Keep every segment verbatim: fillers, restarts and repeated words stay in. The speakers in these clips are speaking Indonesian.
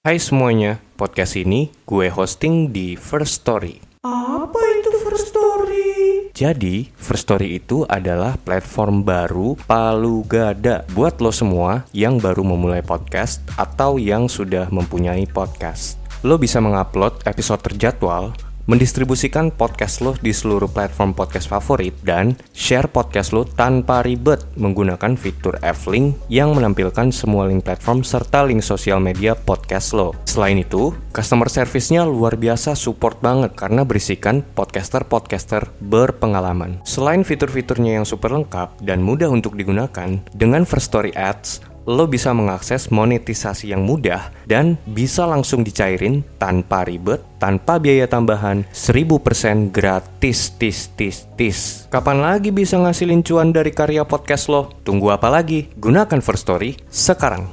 Hai semuanya, podcast ini gue hosting di First Story. Apa itu First Story? Jadi, First Story itu adalah platform baru palu gada buat lo semua yang baru memulai podcast atau yang sudah mempunyai podcast. Lo bisa mengupload episode terjadwal, mendistribusikan podcast lo di seluruh platform podcast favorit, dan share podcast lo tanpa ribet menggunakan fitur F-Link yang menampilkan semua link platform serta link sosial media podcast lo. Selain itu, customer service-nya luar biasa support banget karena berisikan podcaster-podcaster berpengalaman. Selain fitur-fiturnya yang super lengkap dan mudah untuk digunakan, dengan First Story Ads, lo bisa mengakses monetisasi yang mudah dan bisa langsung dicairin tanpa ribet, tanpa biaya tambahan, seribu persen gratis, tis, tis, tis. Kapan lagi bisa ngasilin cuan dari karya podcast lo? Tunggu apa lagi? Gunakan First Story sekarang.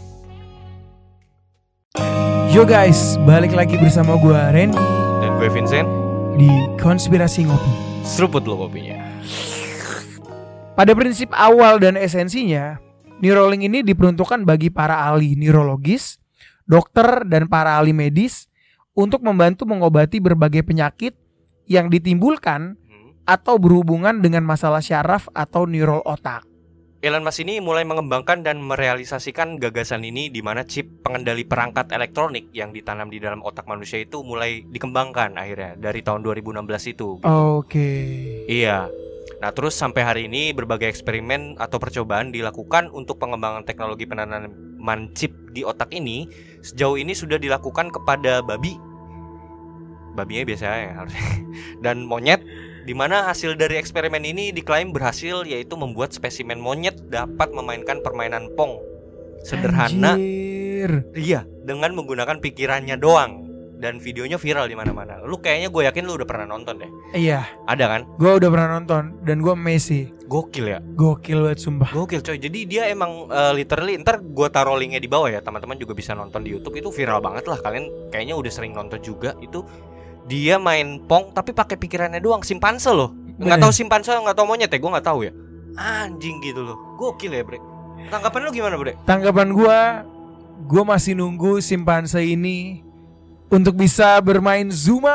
Yo guys, balik lagi bersama gue Randy Dan gue Vincent di Konspirasi Ngopi. Seruput lo kopinya. Pada prinsip awal dan esensinya, Neuralink ini diperuntukkan bagi para ahli neurologis, dokter, dan para ahli medis untuk membantu mengobati berbagai penyakit yang ditimbulkan atau berhubungan dengan masalah syaraf atau neural otak. Elon Musk ini mulai mengembangkan dan merealisasikan gagasan ini di mana chip pengendali perangkat elektronik yang ditanam di dalam otak manusia itu mulai dikembangkan akhirnya dari tahun dua ribu enam belas itu. Gitu. Oke. Okay. Iya. Nah terus sampai hari ini berbagai eksperimen atau percobaan dilakukan untuk pengembangan teknologi penanaman chip di otak ini. Sejauh ini sudah dilakukan kepada babi, babinya biasanya ya harusnya, dan monyet, di mana hasil dari eksperimen ini diklaim berhasil, yaitu membuat spesimen monyet dapat memainkan permainan Pong sederhana. Anjir. Iya, dengan menggunakan pikirannya doang. Dan videonya viral di mana-mana. Lu kayaknya gue yakin lu udah pernah nonton deh. Iya. Ada kan? Gue udah pernah nonton dan gue amazed. Gokil ya. Gokil banget sumpah. Gokil coy. Jadi dia emang uh, literally, ntar gue taruh linknya di bawah ya. Teman-teman juga bisa nonton di YouTube. Itu viral banget lah. Kalian kayaknya udah sering nonton juga. Itu dia main Pong tapi pakai pikirannya doang. Simpanse loh. Nggak tahu simpanse, nggak tahu monyet ya. Gue nggak tahu ya. Anjing gitu loh. Gokil ya bre. Tanggapan lu gimana bre? Tanggapan gue, gue masih nunggu simpanse ini untuk bisa bermain Zuma.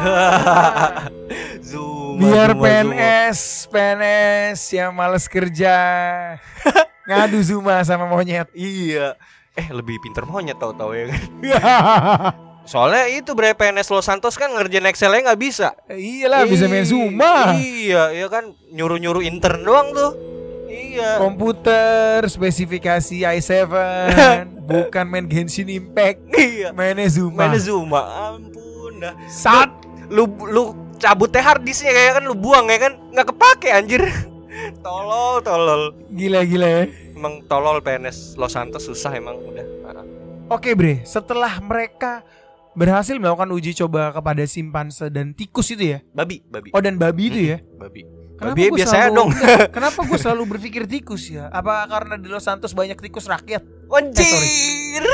Zuma. Biar Zuma, P N S Zuma. P N S yang males kerja ngadu Zuma sama monyet. Iya. Eh lebih pinter monyet tahu-tahu ya kan. Soalnya itu bre, P N S Los Santos kan ngerjain Excel-nya gak bisa. Iyalah bisa main Zuma. Iya, iya kan nyuruh-nyuruh intern doang tuh. Iya. Komputer spesifikasi i tujuh bukan main Genshin Impact. Iya. Mainnya Zuma. Mainnya Zuma. Ampun dah. Sat Lu lu cabut teh hard disknya kayak kan lu buang ya kan, nggak kepake anjir. Tolol, tolol. Gila-gila ya. Emang tolol P N S Los Santos susah emang udah. Oke bre, setelah mereka berhasil melakukan uji coba kepada simpanse dan tikus itu ya. Babi, babi. Oh dan babi itu ya. Babi. Kenapa babi biasanya selalu, dong. Kenapa gue selalu berpikir tikus ya? Apa karena di Los Santos banyak tikus rakyat? Anjir.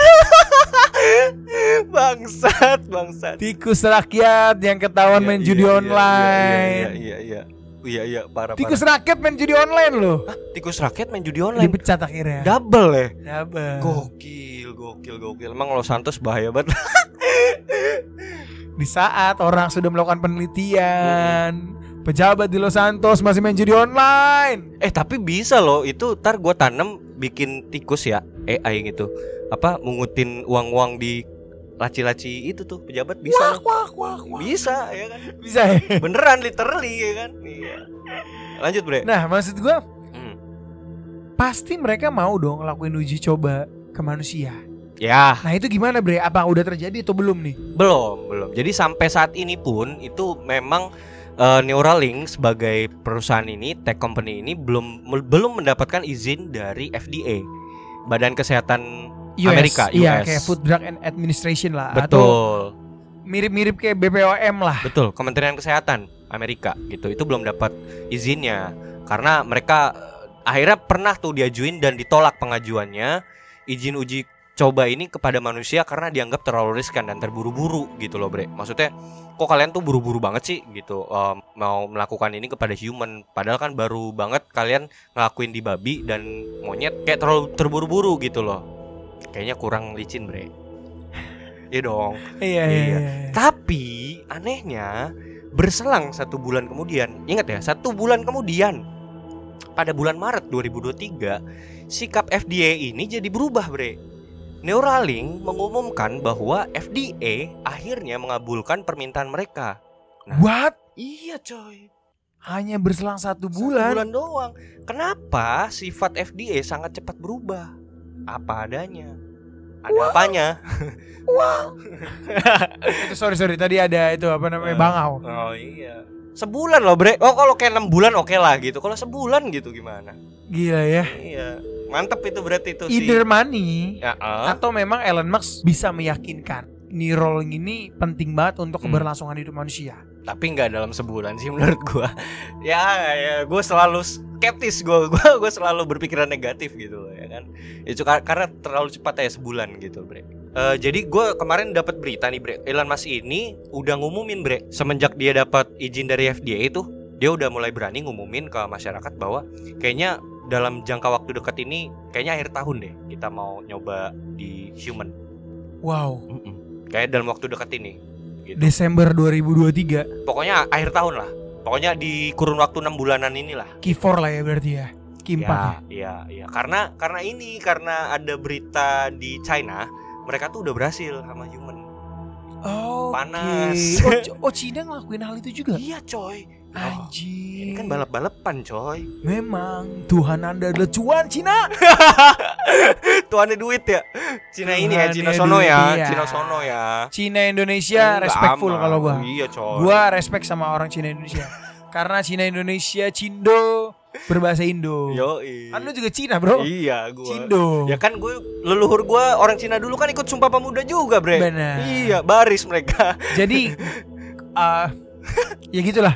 Bangsat, bangsat. Tikus rakyat yang ketahuan Iya, main iya, judi iya, online. Iya, iya, iya. Iya, iya, parah, Tikus parah. rakyat main judi online loh. Hah, tikus rakyat main judi online. Dipecat akhirnya. Double ya. Double. Gokil, gokil, gokil. Emang Los Santos bahaya banget. Di saat orang sudah melakukan penelitian, hmm. pejabat di Los Santos masih main judi online. Eh tapi bisa loh, itu ntar gue tanem bikin tikus ya, A I gitu. Apa mengutin uang-uang di laci-laci itu tuh pejabat bisa. Wah, wah, wah, wah. Bisa ya kan. Bisa ya. Beneran literally ya kan. Iya. Lanjut bre. Nah maksud gue hmm. pasti mereka mau dong ngelakuin uji coba ke manusia. Ya. Nah itu gimana bre? Apa udah terjadi atau belum nih? Belum, belum. Jadi sampai saat ini pun itu memang uh, Neuralink sebagai perusahaan ini, tech company ini belum belum mendapatkan izin dari F D A, Badan Kesehatan U S, Amerika, U S. Iya, kayak Food Drug and Administration lah. Betul. Atau mirip-mirip kayak B P O M lah. Betul, Kementerian Kesehatan Amerika gitu. Itu belum dapat izinnya karena mereka akhirnya pernah tuh diajuin dan ditolak pengajuannya izin uji coba ini kepada manusia karena dianggap terlalu riskan dan terburu-buru gitu loh bre. Maksudnya kok kalian tuh buru-buru banget sih gitu um, mau melakukan ini kepada human, padahal kan baru banget kalian ngelakuin di babi dan monyet, kayak terlalu terburu-buru gitu loh. Kayaknya kurang licin bre. Iya dong. Iya, iya, iya. Tapi anehnya berselang satu bulan kemudian, ingat ya, satu bulan kemudian, pada bulan Maret dua ribu dua puluh tiga, sikap F D A ini jadi berubah, bre. Neuralink mengumumkan bahwa F D A akhirnya mengabulkan permintaan mereka. Nah, What? iya coy. Hanya berselang satu Satu bulan. bulan doang. Kenapa sifat F D A sangat cepat berubah? Apa adanya. Ada Wow. apanya? Wow. Itu sorry sorry tadi ada itu apa namanya bangau. Oh iya. Sebulan loh, bre. Oh kalau kayak enam bulan oke lah gitu. Kalau sebulan gitu gimana? Gila ya. Iya. Mantep itu berarti itu sih. Either money Ya, uh. atau memang Elon Musk bisa meyakinkan Neuralink ini penting banget untuk Hmm. keberlangsungan hidup manusia. Tapi nggak dalam sebulan sih menurut gua. Ya, ya gue selalu skeptis, gue gua gue selalu berpikiran negatif gitu loh ya kan. Itu kar- karena terlalu cepat ya sebulan gitu, bre. Uh, jadi gue kemarin dapat berita nih, bre. Elon Musk ini udah ngumumin, bre. Semenjak dia dapat izin dari F D A itu, dia udah mulai berani ngumumin ke masyarakat bahwa kayaknya dalam jangka waktu dekat ini, kayaknya akhir tahun deh kita mau nyoba di human. Wow. Mm-mm. Kayak dalam waktu dekat ini. Gitu. Desember dua ribu dua puluh tiga. Pokoknya akhir tahun lah. Pokoknya di kurun waktu enam bulanan inilah. Q empat lah ya berarti ya. Q empat ya. Ya, ya, ya. Karena karena ini karena ada berita di China, mereka tuh udah berhasil sama human. Oh, Panas. Oh, C- oh, Cina ngelakuin hal itu juga. Iya, coy. Anjir. Ini kan balap-balapan, coy. Memang Tuhan Anda adalah cuan Cina. Tuannya duit ya. Cina ini ya, Tuhannya Cina sono duit, ya, iya. Cina sono ya. Cina Indonesia Enggak respectful aman. kalau gua. Iya, coy. Gua respect sama orang Cina Indonesia. Karena Cina Indonesia Cindo berbahasa Indo. Yoi. Kan lu juga Cina, Bro. Iya, gua. Cindo. Ya kan gue leluhur gue orang Cina dulu kan ikut Sumpah Pemuda juga, bre. Benar. Iya, baris mereka. Jadi uh, ya gitulah.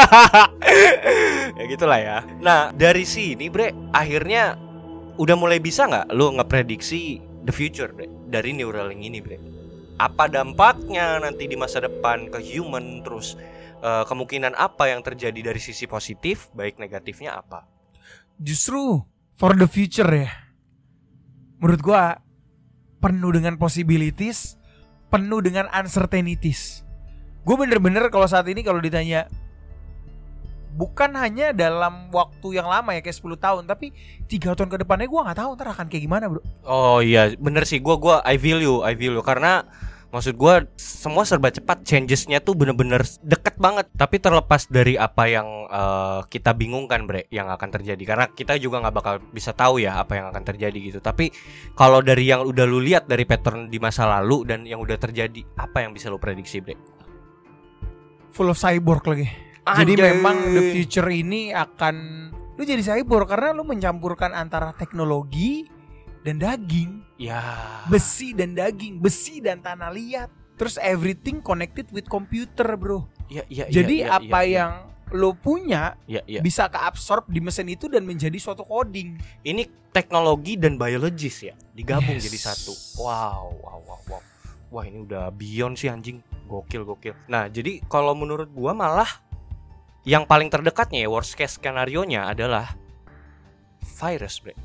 Ya gitulah ya. Nah dari sini, bre, akhirnya udah mulai bisa nggak lo ngeprediksi the future, bre, dari Neuralink ini, bre? Apa dampaknya nanti di masa depan ke human, terus uh, kemungkinan apa yang terjadi dari sisi positif, baik negatifnya apa? Justru for the future ya. Menurut gua penuh dengan possibilities, penuh dengan uncertainties. Gue bener-bener kalau saat ini kalau ditanya, bukan hanya dalam waktu yang lama ya kayak sepuluh tahun, tapi tiga tahun ke depannya gue nggak tahu ntar akan kayak gimana, bro. Oh iya, bener sih. Gue gua I feel you, I feel you. Karena maksud gue semua serba cepat, changesnya tuh bener-bener deket banget. Tapi terlepas dari apa yang uh, kita bingungkan, bre, yang akan terjadi. Karena kita juga nggak bakal bisa tahu ya apa yang akan terjadi gitu. Tapi kalau dari yang udah lu lihat dari pattern di masa lalu dan yang udah terjadi, apa yang bisa lu prediksi, bre? Full of cyborg lagi. Jadi Anjay. memang the future ini akan lu jadi cyborg karena lu mencampurkan antara teknologi dan daging, Ya. besi dan daging, besi dan tanah liat. Terus everything connected with computer, bro. Ya, ya, Jadi ya, ya, apa ya, yang lo punya ya, ya. bisa keabsorb di mesin itu dan menjadi suatu coding. Ini teknologi dan biologis ya digabung Yes. jadi satu. Wow, wow, wow, wow. Wah, ini udah beyond sih, anjing. Gokil, gokil. Nah, jadi kalau menurut gua malah yang paling terdekatnya ya, worst case skenario-nya adalah virus, bre.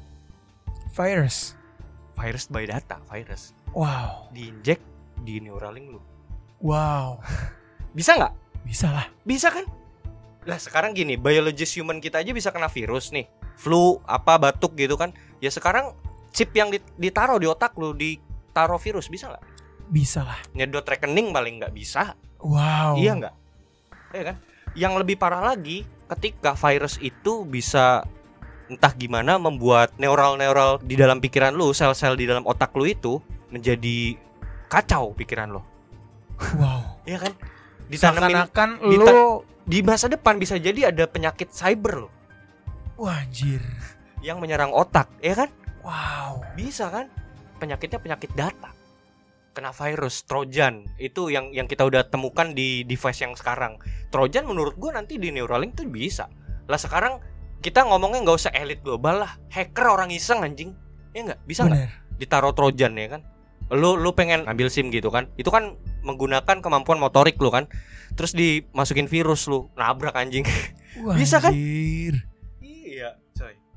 Virus. Virus by data, virus. Wow. Diinjek di Neuralink lu. Wow. Bisa nggak? Bisa lah. Bisa kan? Lah sekarang gini, biologis human kita aja bisa kena virus nih. Flu, apa, batuk gitu kan. Ya sekarang chip yang ditaruh di otak lu, ditaruh virus, bisa nggak? Bisa lah. Nyedot rekening paling nggak bisa. Wow. Iya nggak? Iya kan? Yang lebih parah lagi, ketika virus itu bisa entah gimana membuat neural-neural di dalam pikiran lu, sel-sel di dalam otak lu itu menjadi kacau pikiran lo. Wow. Iya kan? Ditanamin Seakan-akan dita- lo di masa depan bisa jadi ada penyakit cyber lo wah anjir. yang menyerang otak, ya kan? Wow. Bisa kan? Penyakitnya penyakit data. Kena virus, Trojan. Itu yang yang kita udah temukan di device yang sekarang. Trojan menurut gua nanti di Neuralink tuh bisa. Lah sekarang kita ngomongnya nggak usah elit global lah. Hacker orang iseng anjing. Ya nggak? Bisa nggak? Bener. Ditaruh Trojan ya kan? Lu lu pengen ambil SIM gitu kan? Itu kan menggunakan kemampuan motorik lu kan? Terus dimasukin virus lu, nabrak anjing. Wah, Bisa kan? anjir. Iya, coy.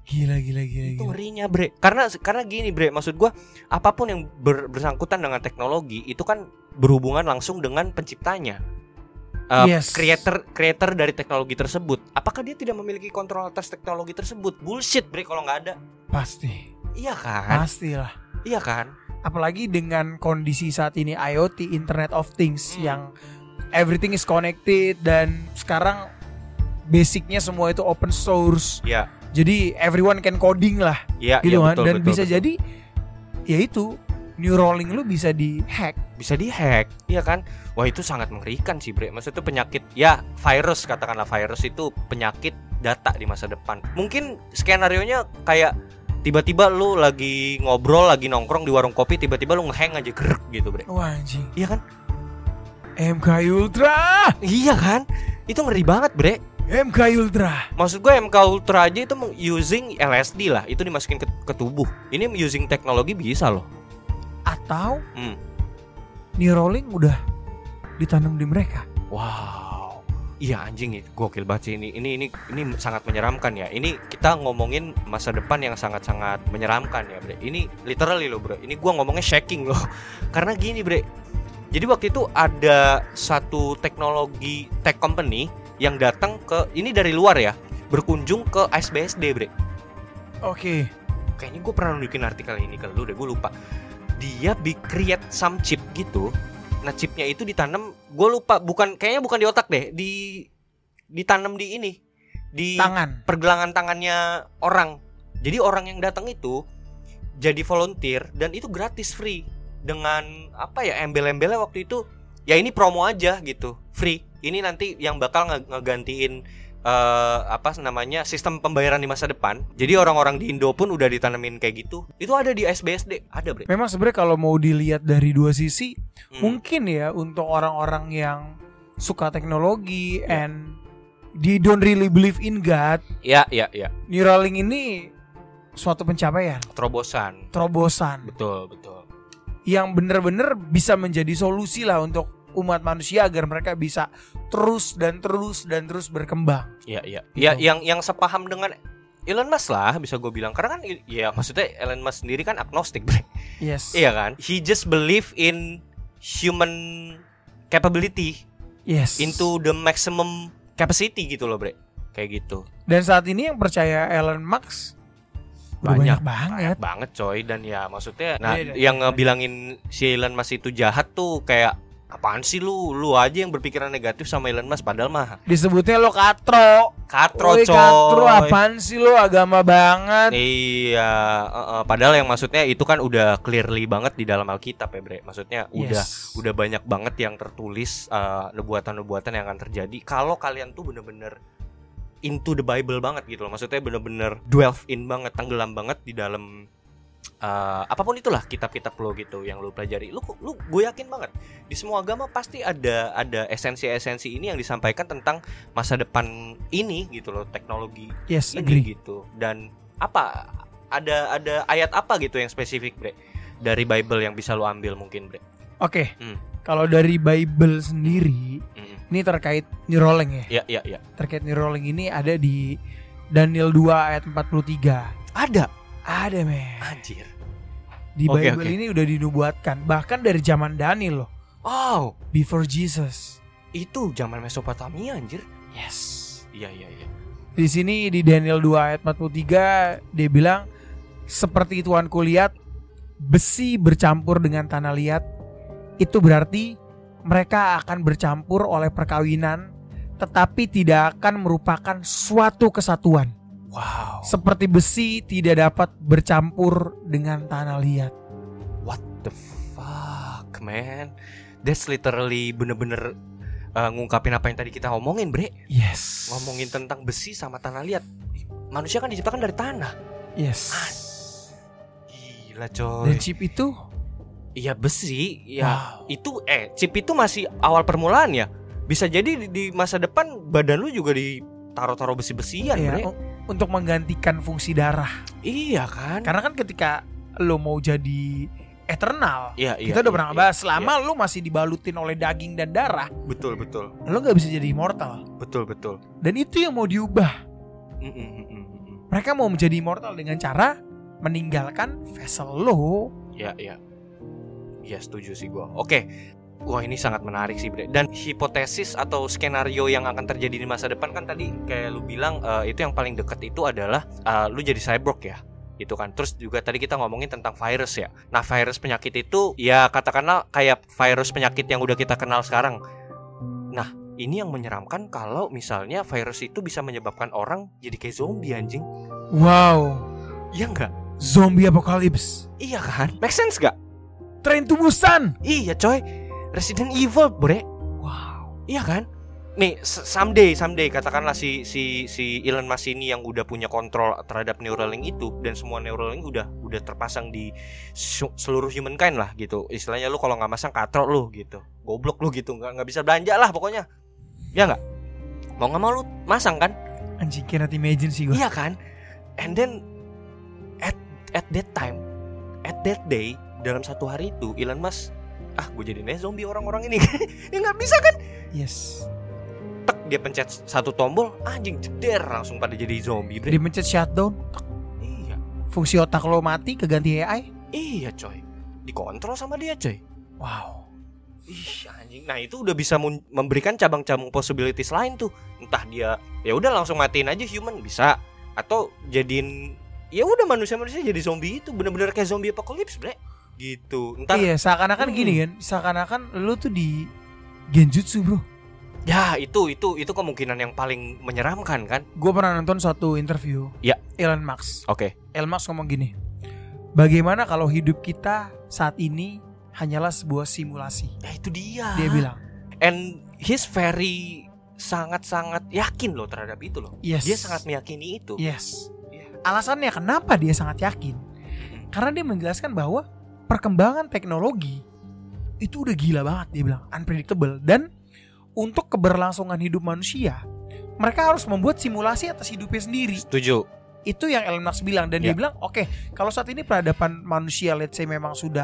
Gila gila gila. Itu gila. ngerinya, Bre. Karena karena gini, Bre, maksud gua apapun yang ber, bersangkutan dengan teknologi itu kan berhubungan langsung dengan penciptanya. Uh, Yes. creator creator dari teknologi tersebut. Apakah dia tidak memiliki kontrol atas teknologi tersebut? Bullshit, Bre, kalau nggak ada. Pasti. Iya kan? Pastilah. Iya kan? Apalagi dengan kondisi saat ini I O T, Internet of Things, Hmm. yang everything is connected dan sekarang basicnya semua itu open source. Iya. Jadi everyone can coding lah, Iya, gitu iya, kan. betul, Dan betul, bisa betul. jadi ya itu Neuralink lu bisa dihack. Bisa dihack, iya kan? Wah, itu sangat mengerikan sih, Bre. Maksudnya itu penyakit, ya virus, katakanlah virus itu penyakit data di masa depan. Mungkin skenario-nya kayak tiba-tiba lu lagi ngobrol, lagi nongkrong di warung kopi, tiba-tiba lu ngehang aja gerek gitu, Bre. Wah anjing. Iya kan? M K Ultra. Iya kan? Itu ngeri banget, Bre. M K Ultra. Maksud gue M K Ultra aja itu using L S D lah, itu dimasukin ke, ke tubuh. Ini using teknologi bisa loh. Atau Hmm. Neuralink udah ditanam di mereka. Wow. Iya anjing, itu gokil banget sih ini. Ini ini ini sangat menyeramkan ya. Ini kita ngomongin masa depan yang sangat-sangat menyeramkan ya, Bre. Ini literally loh, Bre. Ini gua ngomongnya shaking loh. Karena gini, Bre. Jadi waktu itu ada satu teknologi tech company yang datang ke, ini dari luar ya, berkunjung ke S B S D, Bre. Oke. Kayaknya gue pernah nunjukin artikel ini ke lu deh, gue lupa. Dia bi create some chip gitu. Nah, chipnya itu ditanam, gue lupa, bukan, kayaknya bukan di otak deh, di ditanam di ini, di Tangan. pergelangan tangannya orang. Jadi orang yang datang itu jadi volunteer dan itu gratis, free, dengan apa ya, embel-embelnya waktu itu ya ini promo aja gitu, free. Ini nanti yang bakal nge- ngegantiin uh, apa namanya, sistem pembayaran di masa depan. Jadi orang-orang di Indo pun udah ditanamin kayak gitu. Itu ada di S B S D, ada, Bre. Memang sebenarnya kalau mau dilihat dari dua sisi, Hmm. mungkin ya untuk orang-orang yang suka teknologi and they don't really believe in God, Ya, ya, ya. Neuralink ini suatu pencapaian, Terobosan. terobosan Betul, betul. yang benar-benar bisa menjadi solusi lah untuk umat manusia agar mereka bisa terus dan terus dan terus berkembang. Ya, ya. Gitu. Ya, yang yang sepaham dengan Elon Musk lah, bisa gue bilang. Karena kan ya maksudnya Elon Musk sendiri kan agnostik, Bre. Yes. Iya kan? He just believe in human capability Yes. into the maximum capacity gitu loh, Bre. Kayak gitu. Dan saat ini yang percaya Elon Musk udah banyak, banget. Banyak banget, coy. Dan ya maksudnya, nah, Iya, iya, yang iya. ngebilangin si Elon Musk itu jahat tuh kayak, apaan sih lu? Lu aja yang berpikiran negatif sama Elon Musk, padahal mah Disebutnya lo katro. katro, Woi, coy. katro apaan sih lo, agama banget. Iya, uh, uh, padahal yang maksudnya itu kan udah clearly banget di dalam Alkitab ya, Bre. Maksudnya udah Yes. udah banyak banget yang tertulis, uh, nubuatan-nubuatan yang akan terjadi kalau kalian tuh bener-bener into the Bible banget gitu loh. Maksudnya bener-bener delve in banget, tenggelam banget di dalam uh, apapun itulah kitab-kitab lo gitu yang lo pelajari. Lu lu gue yakin banget di semua agama pasti ada ada esensi-esensi ini yang disampaikan tentang masa depan ini gitu loh, teknologi Yes, ini agree. gitu. Dan apa ada ada ayat apa gitu yang spesifik, Bre, dari Bible yang bisa lo ambil mungkin, Bre? Oke. Hmm. Kalau dari Bible sendiri, Mm-mm. ini terkait Neuralink ya. Ya, ya, ya. Terkait Neuralink ini ada di Daniel dua ayat empat puluh tiga. Ada. Ada, men. Anjir. Di Oke, Bible oke. ini udah dinubuatkan bahkan dari zaman Daniel loh, Oh, before Jesus. itu zaman Mesopotamia, anjir. Yes. Iya, iya, iya. Di sini di Daniel dua ayat empat puluh tiga dia bilang, seperti Tuanku lihat besi bercampur dengan tanah liat, itu berarti mereka akan bercampur oleh perkawinan tetapi tidak akan merupakan suatu kesatuan. Wow. Seperti besi tidak dapat bercampur dengan tanah liat. What the fuck, man? That's literally bener-bener uh, ngungkapin apa yang tadi kita omongin, Bre. Yes. Ngomongin tentang besi sama tanah liat. Manusia kan diciptakan dari tanah. Yes. Gila, coy. Dan chip itu Iya, besi. Ya, wow. itu eh chip itu masih awal permulaan ya. Bisa jadi di, di masa depan badan lu juga ditaruh-taruh besi-besian, ya, Bre. u- untuk menggantikan fungsi darah. Iya kan? Karena kan ketika lo mau jadi eternal, Iya, iya. kita udah iya, pernah iya, bahas, selama lo masih dibalutin oleh daging dan darah, iya. Betul, betul. lo gak bisa jadi immortal. Betul, betul. Dan itu yang mau diubah. Mm, mm, mm, mm, mm. Mereka mau menjadi immortal dengan cara meninggalkan vessel lo. Ya, ya. Ya setuju sih gue. Oke. Wah ini sangat menarik sih Bre. Dan hipotesis atau skenario yang akan terjadi di masa depan kan tadi kayak lu bilang uh, itu yang paling deket itu adalah uh, lu jadi cyborg ya. Itu kan. Terus juga tadi kita ngomongin tentang virus ya. Nah virus penyakit itu ya katakanlah kayak virus penyakit yang udah kita kenal sekarang. Nah ini yang menyeramkan kalau misalnya virus itu bisa menyebabkan orang jadi kayak zombie anjing. Wow. Iya enggak? Zombie apocalypse. Iya kan? Make sense gak? Train to Busan. Iya coy, Resident Evil bre. Wow. Iya kan? Nih someday someday katakanlah si si si Elon Musk ini yang udah punya kontrol terhadap Neuralink itu dan semua Neuralink udah udah terpasang di su- seluruh humankind lah gitu. Istilahnya lu kalau nggak masang katrok lu gitu, goblok lu gitu, nggak nggak bisa belanja lah pokoknya. Ya nggak? Mau nggak mau lu masang kan? Anjing cannot imagine sih gue. Iya kan? And then at at that time, at that day, dalam satu hari itu Elon Musk, ah gue jadiin zombie orang-orang ini. Ya nggak bisa kan? Yes. Tek dia pencet satu tombol, anjing jeder langsung pada jadi zombie. Dia pencet shutdown. Tek. Iya. Fungsi otak lo mati keganti A I. Iya coy. Dikontrol sama dia coy. Wow. Ih anjing. Nah itu udah bisa mun- memberikan cabang-cabang possibilities lain tuh. Entah dia ya udah langsung matiin aja human bisa, atau jadiin ya udah manusia-manusia jadi zombie itu benar-benar kayak zombie apocalypse bre gitu. Entar iya seakan-akan hmm. gini kan, seakan-akan lu tuh di genjutsu bro. Ya itu itu itu kemungkinan yang paling menyeramkan kan. Gue pernah nonton suatu interview ya Elon Musk. Oke okay. Elon Musk ngomong gini, bagaimana kalau hidup kita saat ini hanyalah sebuah simulasi. Ya itu dia. Dia bilang. And he's very sangat-sangat yakin loh terhadap itu loh. Yes. Dia sangat meyakini itu. Yes. Alasannya kenapa dia sangat yakin? Karena dia menjelaskan bahwa perkembangan teknologi itu udah gila banget, dia bilang, unpredictable. Dan untuk keberlangsungan hidup manusia, mereka harus membuat simulasi atas hidupnya sendiri. Setuju. Itu yang Elon Musk bilang. Dan ya. dia bilang, oke, okay, kalau saat ini peradaban manusia let's say memang sudah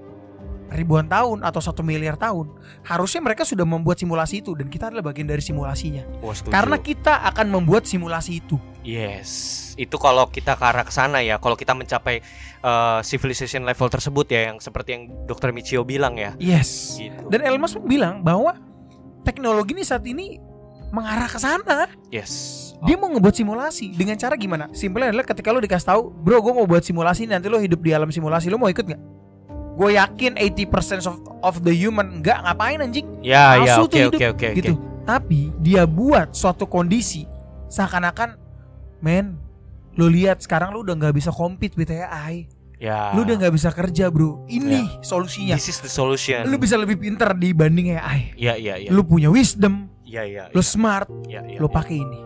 ribuan tahun atau satu miliar tahun, harusnya mereka sudah membuat simulasi itu dan kita adalah bagian dari simulasinya. Oh, karena kita akan membuat simulasi itu. Yes, itu kalau kita ke arah kesana ya, kalau kita mencapai uh, civilization level tersebut ya, yang seperti yang dokter Michio bilang ya. Yes. Gitu. Dan Elon Musk bilang bahwa teknologi ini saat ini mengarah ke sana. Yes. Oh. Dia mau ngebuat simulasi dengan cara gimana? Simpelnya adalah ketika lo dikasih tahu, bro, gue mau buat simulasi, nanti lo hidup di alam simulasi, lo mau ikut nggak? Gue yakin delapan puluh persen of, of the human nggak ngapain anjing. Ya ya oke oke oke gitu. Tapi dia buat suatu kondisi seakan-akan, men, lo lihat sekarang lo udah nggak bisa compete with A I. Ya. Lo udah nggak bisa kerja bro. Ini ya. Solusinya. This is the solution. Lo bisa lebih pintar dibanding A I. Ya ya ya. Lo punya wisdom. Ya ya. Lo smart. Ya, ya, lo ya. pakai ini.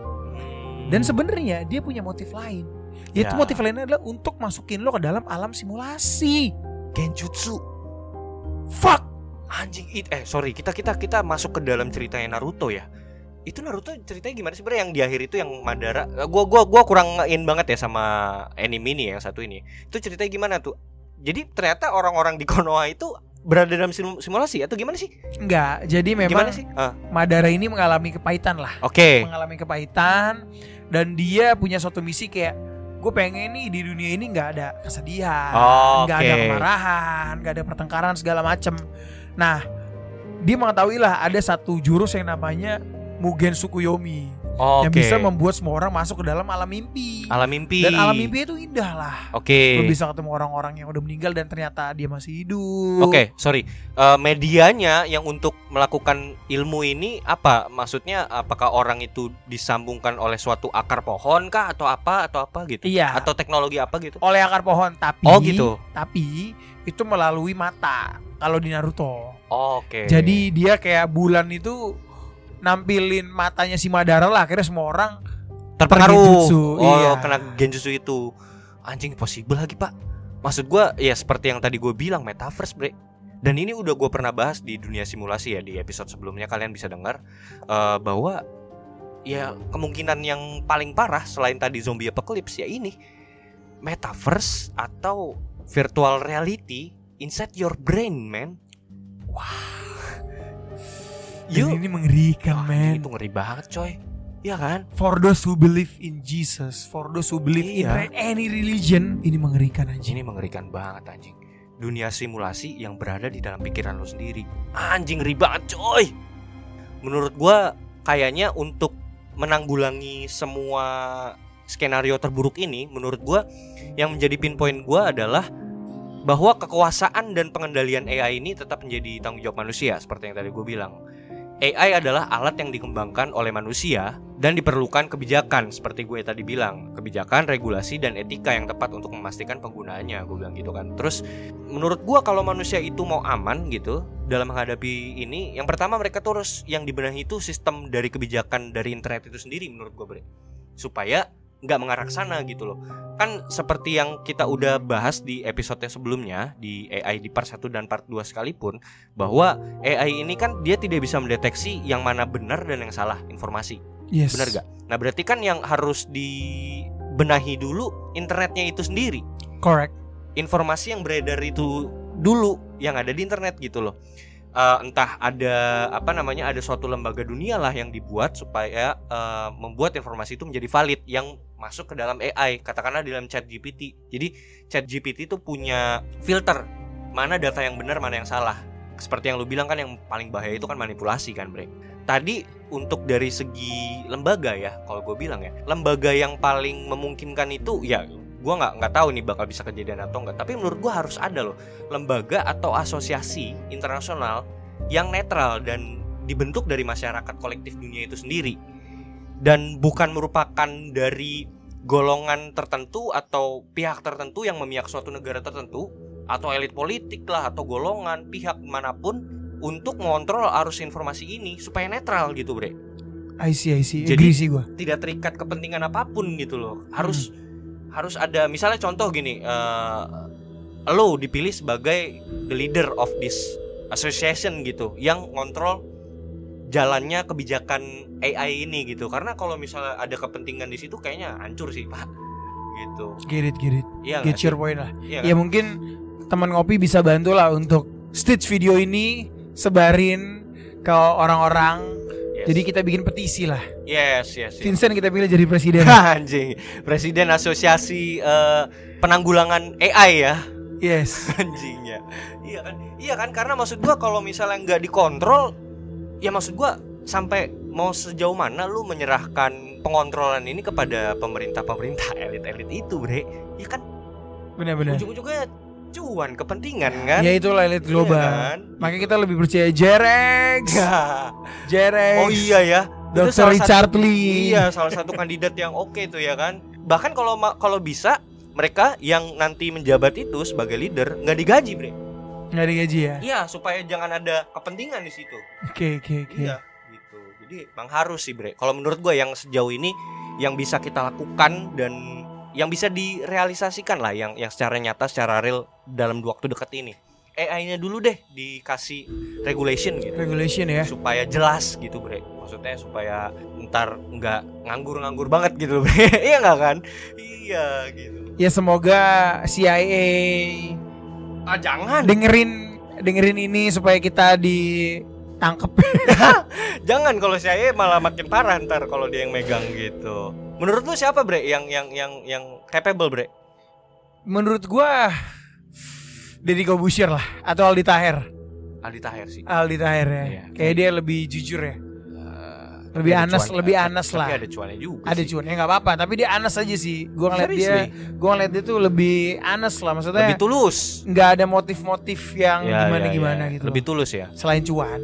Dan sebenarnya dia punya motif lain. Yaitu ya. Motif lainnya adalah untuk masukin lo ke dalam alam simulasi. Genjutsu. Fuck. Anjing it eh sorry kita kita kita masuk ke dalam ceritanya Naruto ya. Itu Naruto ceritanya gimana sih sebenarnya yang di akhir itu yang Madara? Gua gua gua kurang in banget ya sama anime ini yang satu ini. Itu ceritanya gimana tuh? Jadi ternyata orang-orang di Konoha itu berada dalam simulasi atau gimana sih? Enggak, jadi memang sih? Uh. Madara ini mengalami kepahitan lah. Oke. Okay. Mengalami kepahitan dan dia punya suatu misi kayak, gue pengen nih di dunia ini nggak ada kesedihan, nggak oh, okay. ada kemarahan, nggak ada pertengkaran segala macem. Nah, dia mengetahui lah ada satu jurus yang namanya Mugen Tsukuyomi. Oh, yang okay. bisa membuat semua orang masuk ke dalam alam mimpi. Alam mimpi. Dan alam mimpi itu indah lah. Oke. Okay. Lo bisa ketemu orang-orang yang udah meninggal dan ternyata dia masih hidup. Oke, okay, sorry. Uh, medianya yang untuk melakukan ilmu ini apa? Maksudnya apakah orang itu disambungkan oleh suatu akar pohon kah atau apa atau apa gitu? Iya. Atau teknologi apa gitu? Oleh akar pohon, tapi Oh gitu. Tapi itu melalui mata kalau di Naruto. Oh, Oke. Okay. Jadi dia kayak bulan itu nampilin matanya si Madara lah, akhirnya semua orang terpengaruh. Oh, iya. Kena genjutsu itu. Anjing possible lagi, Pak. Maksud gue ya seperti yang tadi gue bilang, metaverse, bre. Dan ini udah gue pernah bahas di dunia simulasi ya, di episode sebelumnya kalian bisa dengar uh, bahwa ya kemungkinan yang paling parah selain tadi zombie apocalypse ya ini metaverse atau virtual reality inside your brain, man. Wah. Wow. Ini mengerikan, oh, men. Itu ngeri banget, coy. Iya kan? For those who believe in Jesus, for those who believe Iya. in any religion, ini mengerikan anjing. Ini mengerikan banget anjing. Dunia simulasi yang berada di dalam pikiran lo sendiri. Anjing ngeri banget coy. Menurut gua kayaknya untuk menanggulangi semua skenario terburuk ini, menurut gua yang menjadi pinpoint gua adalah bahwa kekuasaan dan pengendalian A I ini tetap menjadi tanggung jawab manusia. Seperti yang tadi gue bilang, A I adalah alat yang dikembangkan oleh manusia dan diperlukan kebijakan, seperti gue tadi bilang, kebijakan, regulasi, dan etika yang tepat untuk memastikan penggunaannya. Gue bilang gitu kan. Terus menurut gue kalau manusia itu mau aman gitu dalam menghadapi ini, yang pertama mereka tuh harus yang dibenahi itu sistem dari kebijakan dari internet itu sendiri menurut gue, Bre, supaya nggak mengarah ke sana gitu loh. Kan seperti yang kita udah bahas di episode sebelumnya, di A I di part satu dan part dua sekalipun, bahwa A I ini kan dia tidak bisa mendeteksi yang mana benar dan yang salah informasi. Yes. Benar gak? Nah berarti kan yang harus dibenahi dulu internetnya itu sendiri. Correct. Informasi yang beredar itu dulu yang ada di internet gitu loh. Uh, entah ada apa namanya ada suatu lembaga dunia lah yang dibuat supaya uh, membuat informasi itu menjadi valid yang masuk ke dalam A I, katakanlah di dalam ChatGPT. Jadi ChatGPT itu punya filter mana data yang benar mana yang salah. Seperti yang lu bilang kan, yang paling bahaya itu kan manipulasi kan, Bre. Tadi untuk dari segi lembaga ya, kalau gue bilang ya, lembaga yang paling memungkinkan itu ya, gue nggak nggak tahu nih bakal bisa kejadian atau enggak, tapi menurut gue harus ada loh lembaga atau asosiasi internasional yang netral dan dibentuk dari masyarakat kolektif dunia itu sendiri, dan bukan merupakan dari golongan tertentu atau pihak tertentu yang memihak suatu negara tertentu atau elit politik lah atau golongan pihak manapun untuk mengontrol arus informasi ini supaya netral gitu, Bre. I see, I see. Jadi Agree sih gue. tidak terikat kepentingan apapun gitu loh. Harus hmm. harus ada, misalnya contoh gini, uh, lo dipilih sebagai the leader of this association gitu, yang ngontrol jalannya kebijakan A I ini gitu. Karena kalau misalnya ada kepentingan di situ kayaknya hancur sih, Pak. Gitu. Get it, get it. Iya, get your point lah. Iya, ya mungkin teman ngopi bisa bantu lah untuk stitch video ini, sebarin ke orang-orang. Yes. Jadi kita bikin petisi lah. Yes, yes, yes. Vincent kita pilih jadi presiden. Anjing, presiden asosiasi uh, penanggulangan A I ya. Yes. Anjingnya. Iya kan? Iya kan, karena maksud gua kalau misalnya nggak dikontrol, ya maksud gua sampai mau sejauh mana lu menyerahkan pengontrolan ini kepada pemerintah-pemerintah elit-elit itu, Bre? Ya kan? Benar-benar. Ujung-ujungnya cuan, kepentingan kan? Ya itulah elit global. Iya kan? Makanya kita lebih percaya Jerex. Jerex. Oh iya ya. dokter Richard satu, Lee. Iya, salah satu kandidat yang oke okay tuh ya kan. Bahkan kalau kalau bisa mereka yang nanti menjabat itu sebagai leader nggak digaji, Bre. Nggak digaji ya? Iya, supaya jangan ada kepentingan di situ. Oke, okay, oke, okay, oke. Okay. Iya, gitu. Jadi emang harus sih, Bre. Kalau menurut gue yang sejauh ini yang bisa kita lakukan dan yang bisa direalisasikan lah, yang yang secara nyata, secara real dalam waktu dekat ini, A I-nya dulu deh dikasih regulation gitu. Regulation ya. Supaya jelas gitu, Bre. Maksudnya supaya ntar nggak nganggur-nganggur banget gitu, Bre. Iya nggak kan? Iya gitu. Ya semoga C I A ah jangan dengerin dengerin ini supaya kita ditangkep. Jangan, kalau C I A malah makin parah ntar kalau dia yang megang gitu. Menurut lu siapa, Bre, yang yang yang yang capable, Bre? Menurut gua Deddy Corbuzier lah, atau Aldi Taher. Aldi Taher sih. Aldi Taher ya. Iya. Kayak dia lebih jujur ya. Uh, lebih anas, cuan, lebih anas lah. Tapi ada cuannya juga. Ada cuannya enggak apa-apa, tapi dia anas aja sih. Gua ngeliat dia, gua ngeliat dia tuh lebih anas lah, maksudnya. Lebih tulus. Enggak ada motif-motif yang ya, gimana-gimana ya, ya. gitu. Lebih tulus ya. Selain cuan.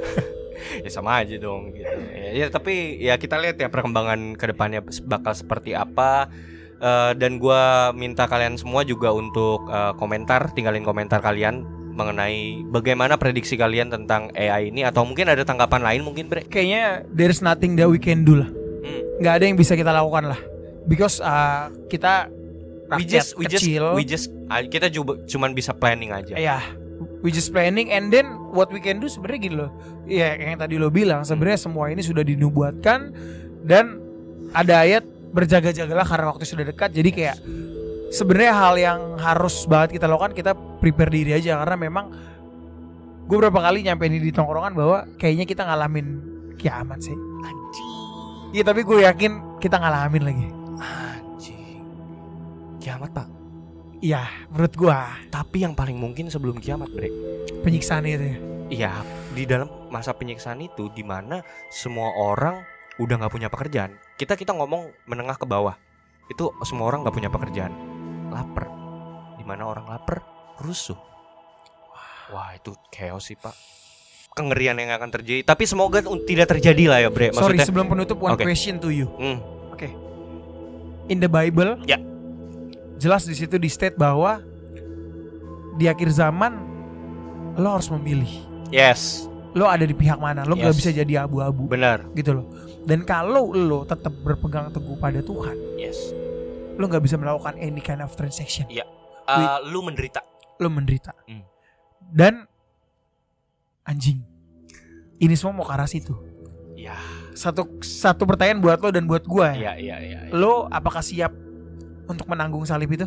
Ya sama aja dong gitu. Ya, ya tapi ya kita lihat ya perkembangan kedepannya bakal seperti apa. Uh, dan gue minta kalian semua juga untuk uh, komentar, tinggalin komentar kalian mengenai bagaimana prediksi kalian tentang A I ini, atau mungkin ada tanggapan lain mungkin, Bre. Kayaknya there's nothing that we can do lah. Hmm. Gak ada yang bisa kita lakukan lah, because uh, kita rakyat we just, we kecil. Just, we just, uh, kita juga cuman bisa planning aja. Iya. Yeah. We just planning, and then what we can do sebenarnya gini loh. Ya yang tadi lo bilang, sebenarnya hmm. semua ini sudah dinubuatkan dan ada ayat berjaga-jagalah karena waktu sudah dekat. Jadi kayak sebenarnya hal yang harus banget kita lakukan, kita prepare diri aja, karena memang gue berapa kali nyampein di tongkrongan bahwa kayaknya kita ngalamin kiamat sih. Anjing. Iya tapi gue yakin kita ngalamin lagi. Anjing. Kiamat, Pak. Iya, menurut gue. Tapi yang paling mungkin sebelum kiamat, Bre. Penyiksaan itu ya. Iya, di dalam masa penyiksaan itu di mana semua orang udah nggak punya pekerjaan. Kita kita ngomong menengah ke bawah. Itu semua orang nggak punya pekerjaan. Lapar. Di mana orang lapar, rusuh. Wah, itu chaos sih, Pak. Kengerian yang akan terjadi. Tapi semoga tidak terjadi lah ya, Bre. Sorry, Maksudnya, sebelum penutup one okay. question to you. Hmm. Oke. Okay. In the Bible, ya. Jelas di situ di state bahwa di akhir zaman lo harus memilih. Yes. Lo ada di pihak mana? Lo yes. gak bisa jadi abu-abu. Benar. Gitu loh. Dan kalau lo tetap berpegang teguh pada Tuhan, yes. Lo gak bisa melakukan any kind of transaction. Iya. Uh, lo menderita. Lo menderita. Hmm. Dan anjing, ini semua mau ke arah situ. Ya. Satu satu pertanyaan buat lo dan buat gue. Iya, iya, iya. Ya. Lo apakah siap untuk menanggung salib itu?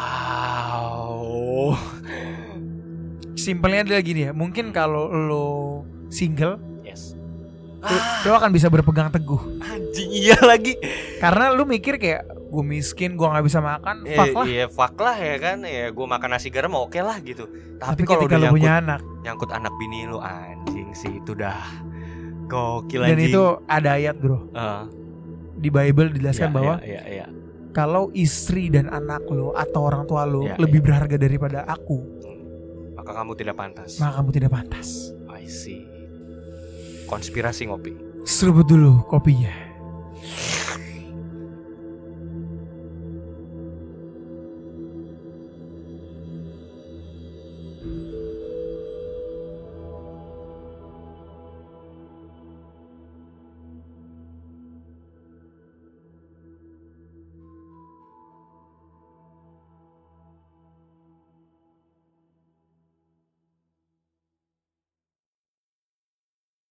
Wow. Simpelnya adalah gini ya. Mungkin kalau lo single, yes. lo, ah. lo akan bisa berpegang teguh. Anjing, iya lagi. Karena lo mikir kayak gue miskin, gue nggak bisa makan, eh, fuck lah. Iya, fuck lah ya kan. Ya gue makan nasi garam oke okay lah gitu. Tapi, Tapi kalau ketika udah lo nyangkut, punya anak, nyangkut anak bini lo, anjing sih itu dah gokil. Dan anjing. itu ada ayat bro. Uh. Di Bible dijelaskan ya, bahwa ya, ya, ya. kalau istri dan anak lo atau orang tua lo ya, lebih ya. berharga daripada aku, maka kamu tidak pantas. Maka kamu tidak pantas. I see. Konspirasi ngopi. Seruput dulu kopinya.